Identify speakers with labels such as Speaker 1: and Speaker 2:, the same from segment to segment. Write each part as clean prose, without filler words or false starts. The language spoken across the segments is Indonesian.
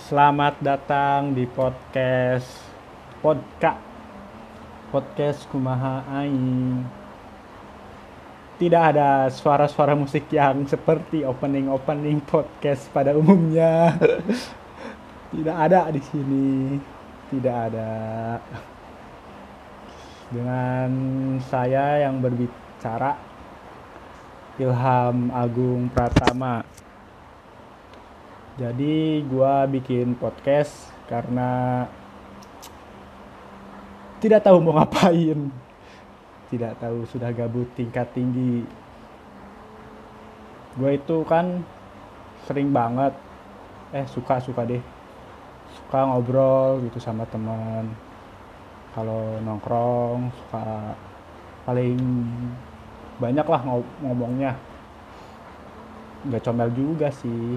Speaker 1: Selamat datang di podcast Kumaha Aing. Tidak ada suara-suara musik yang seperti opening podcast pada umumnya. Tidak ada di sini. Tidak ada. Dengan saya yang berbicara, Ilham Agung Pratama. Jadi gua bikin podcast karena tidak tahu mau ngapain. Tidak tahu, sudah gabut tingkat tinggi. Gue itu kan sering banget suka deh. Suka ngobrol gitu sama teman. Kalau nongkrong suka paling banyak lah ngomongnya. Nggak comel juga sih.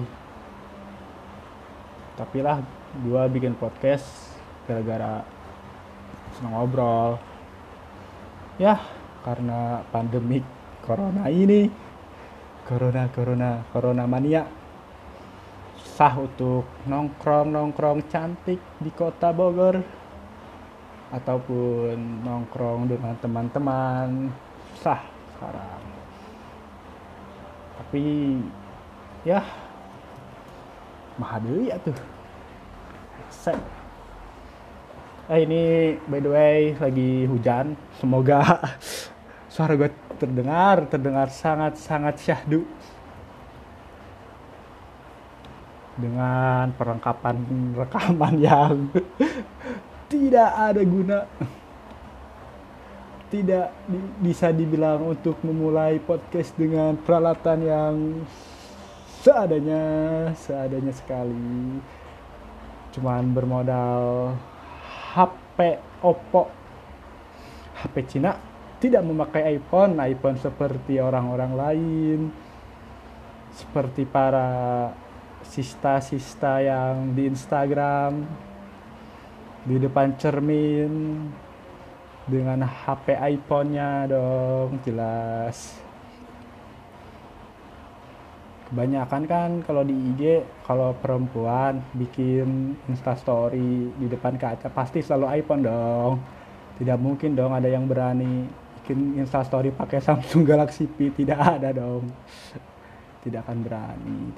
Speaker 1: Tapi lah gue bikin podcast gara-gara senang ngobrol. Ya, karena pandemik corona ini, corona mania, susah untuk nongkrong cantik di kota Bogor ataupun nongkrong dengan teman-teman, susah sekarang. Tapi ya mahal deui atuh. Ini by the way lagi hujan. Semoga suara gue terdengar sangat syahdu dengan perlengkapan rekaman yang tidak ada guna. Tidak bisa dibilang untuk memulai podcast dengan peralatan yang seadanya sekali. Cuman bermodal HP Oppo, HP Cina, tidak memakai iPhone seperti orang-orang lain, seperti para sista yang di Instagram di depan cermin dengan HP iPhone-nya dong, jelas. Kebanyakan kan kalau di IG, kalau perempuan bikin instastory di depan kaca pasti selalu iPhone dong. Tidak mungkin dong ada yang berani bikin instastory pakai Samsung Galaxy P, tidak ada dong. Tidak akan berani.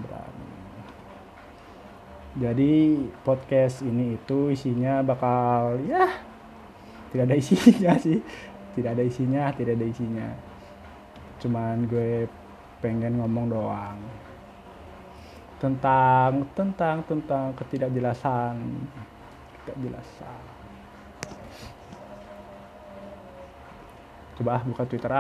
Speaker 1: Jadi podcast ini itu isinya bakal tidak ada isinya sih. Tidak ada isinya. Cuman gue pengen ngomong doang tentang ketidakjelasan. Coba buka Twitter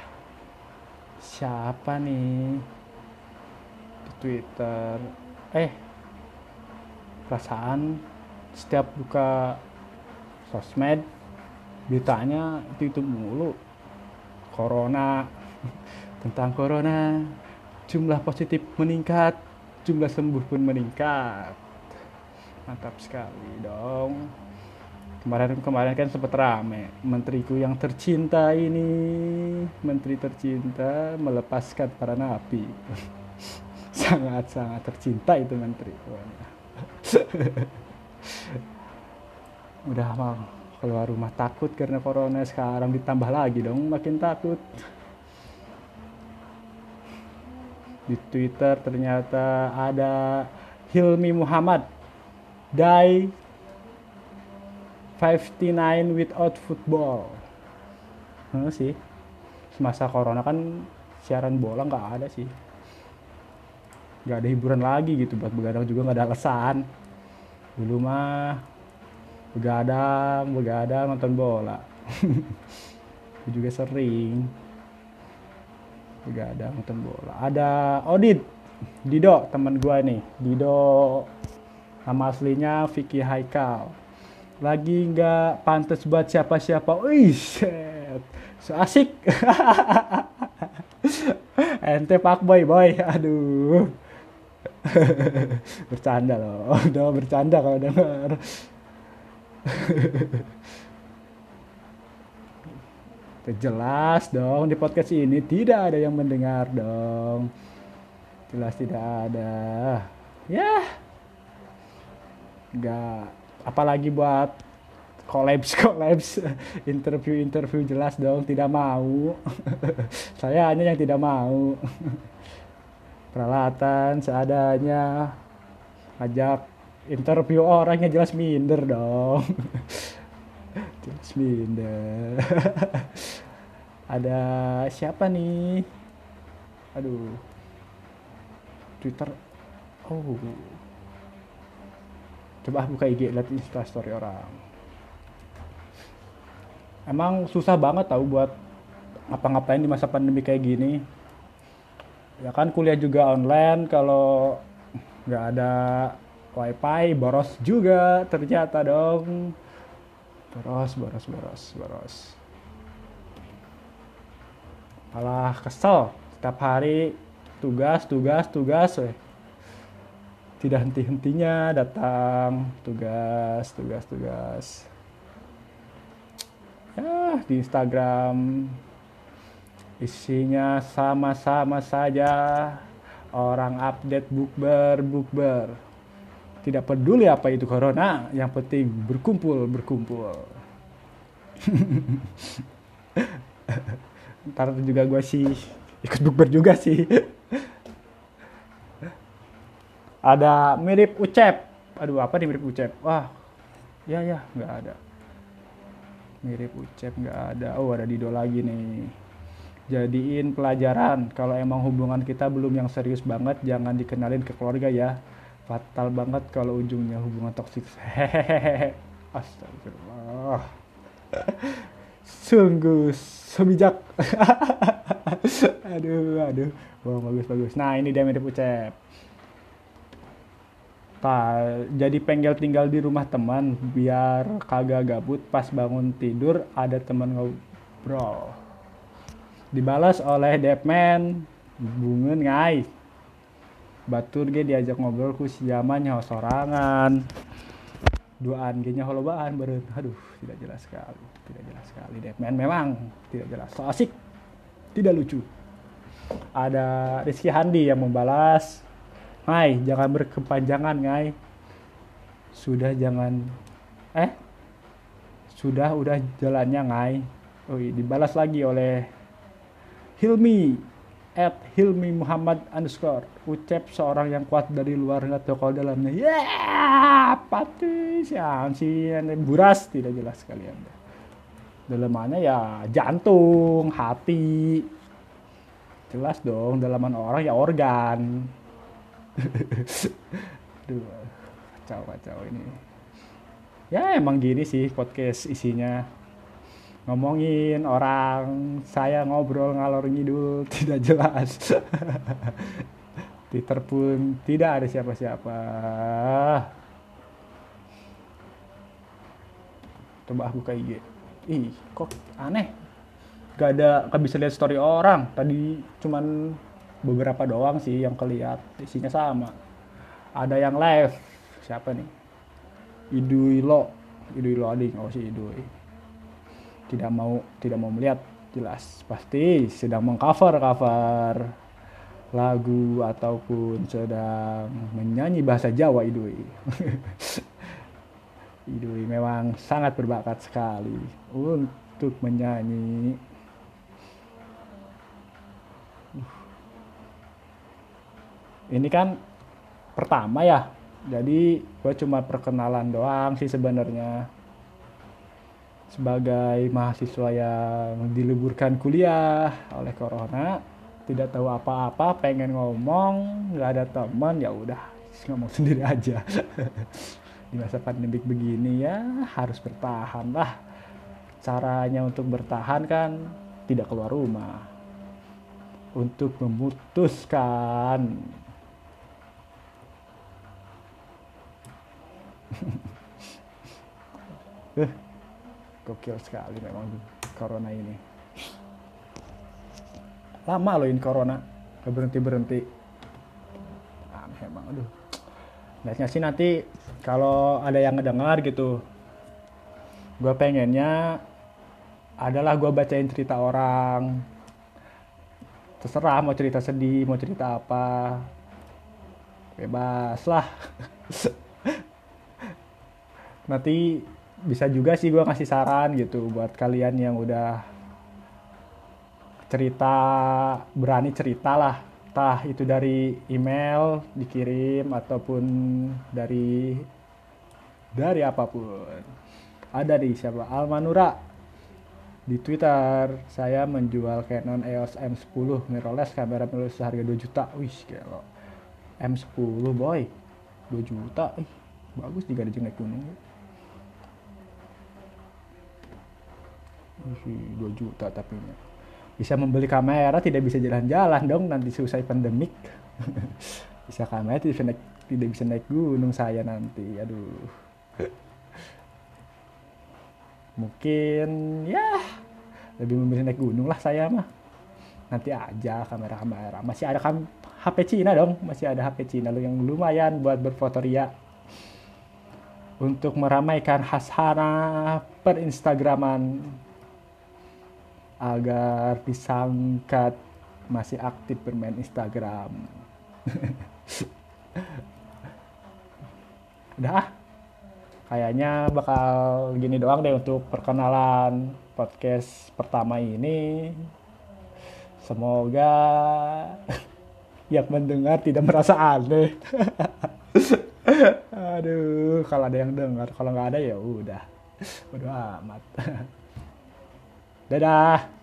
Speaker 1: siapa nih di Twitter. Perasaan setiap buka sosmed beritanya itu mulu corona. Tentang corona, jumlah positif meningkat, jumlah sembuh pun meningkat. Mantap sekali dong. Kemarin kan sempat rame, menteriku yang tercinta ini, menteri tercinta melepaskan para napi. Sangat tercinta itu menteri. Udah mau keluar rumah takut karena corona, sekarang ditambah lagi dong, makin takut. Di Twitter ternyata ada Hilmi Muhammad die 59 without football. Sih, semasa corona kan siaran bola nggak ada sih, nggak ada hiburan lagi gitu, buat begadang juga nggak ada alasan. Dulu mah begadang nonton bola. Gue juga sering begadang nonton bola. Ada Dido, teman gue nih. Dido, nama aslinya Vicky Haikal. Lagi nggak pantas buat siapa-siapa. Wih, so asik. Ente fuckboy boy, aduh. Bercanda loh, udah bercanda kalau denger. Jelas dong, di podcast ini tidak ada yang mendengar dong. Jelas tidak ada. Ya, nggak, apalagi buat kolaps interview jelas dong, tidak mau. Saya hanya yang tidak mau. Peralatan seadanya, ajak interview orangnya jelas minder dong. Jelas minder. Ada siapa nih? Aduh, Twitter. Oh, coba buka IG, lihat instastory orang. Emang susah banget tahu buat ngapa-ngapain di masa pandemi kayak gini. Ya kan kuliah juga online, kalau nggak ada wifi boros juga ternyata dong. Boros. Malah kesel setiap hari tugas weh. Tidak henti-hentinya datang tugas. Ya, di Instagram isinya sama-sama saja, orang update bukber. Tidak peduli apa itu corona, yang penting berkumpul. Ntar juga gue sih ikut bukber juga sih. Ada mirip Ucep. Aduh, apa nih mirip Ucep? Wah, ya nggak ada. Mirip Ucep nggak ada. Oh, ada Dido lagi nih. Jadiin pelajaran, kalau emang hubungan kita belum yang serius banget, jangan dikenalin ke keluarga ya. Fatal banget kalau ujungnya hubungan toksik. Hehehe. Astagfirullah. Sungguh sebijak. aduh. Wah, bagus. Nah, ini dia mirip Ucep. Jadi pengen tinggal di rumah teman biar kagak gabut, pas bangun tidur ada teman ngobrol. Dibalas oleh Depman, bungun ngai. Batur ge diajak ngobrol ku siaman nyaho sorangan. Duaan ge nyaho lobaan beureun. Aduh, tidak jelas sekali. Depman memang tidak jelas. So asik, tidak lucu. Ada Rizky Handi yang membalas, "Ngai, jangan berkepanjangan, Ngai. Sudah udah jalannya, Ngai." Oh, dibalas lagi oleh Hilmi Muhammad _ Ucep seorang yang kuat dari luar, nggak tahu kalau dalamnya. Pati sih buras, tidak jelas sekalian. Dalamannya ya jantung, hati. Jelas dong, dalaman orang ya organ. Aduh, kacau ini. Ya emang gini sih podcast isinya. Ngomongin orang, saya ngobrol ngalor ngidul tidak jelas. Twitter pun tidak ada siapa-siapa. Coba buka IG. Ih, kok aneh. Gak bisa lihat story orang. Tadi cuman beberapa doang sih yang kelihat, isinya sama. Ada yang live. Siapa nih? Iduilo Ading. Oh, si Idui. Tidak mau melihat, jelas pasti sedang mengcover lagu ataupun sedang menyanyi bahasa Jawa. Idui Idui memang sangat berbakat sekali untuk menyanyi. Ini kan pertama ya, jadi gue cuma perkenalan doang sih sebenarnya. Sebagai mahasiswa yang diliburkan kuliah oleh corona, tidak tahu apa-apa, pengen ngomong, nggak ada teman, ya udah ngomong sendiri aja. Di masa pandemik begini ya harus bertahan lah. Caranya untuk bertahan kan tidak keluar rumah. Untuk memutuskan gokil sekali memang corona ini. Lama loh ini corona, gak berhenti. Aneh emang, aduh. Lihatnya sih nanti kalau ada yang ngedengar gitu, gue pengennya adalah gue bacain cerita orang. Terserah mau cerita sedih, mau cerita apa, bebas lah. Nanti bisa juga sih gue ngasih saran gitu buat kalian yang udah cerita, berani cerita lah, entah itu dari email dikirim ataupun dari apapun. Ada di siapa, Almanura di Twitter, saya menjual Canon EOS M10 mirrorless, kamera mirrorless seharga 2 juta. Wih gila, M10 boy 2 juta, bagus juga di naik gunung. Wih, 2 juta tapi bisa membeli kamera, tidak bisa jalan-jalan dong nanti selesai pandemik. Bisa kamera tidak bisa naik gunung saya nanti, aduh. Mungkin ya lebih memilih naik gunung lah saya mah. Nanti aja kamera masih ada HP Cina dong, masih ada HP Cina lo yang lumayan buat berfoto ria untuk meramaikan khasana per Instagraman agar disangka masih aktif bermain Instagram. Udah, kayaknya bakal gini doang deh untuk perkenalan podcast pertama ini. Semoga yang mendengar tidak merasa aneh. Aduh, kalau ada yang dengar, kalau nggak ada ya udah. Bodo amat. Dadah.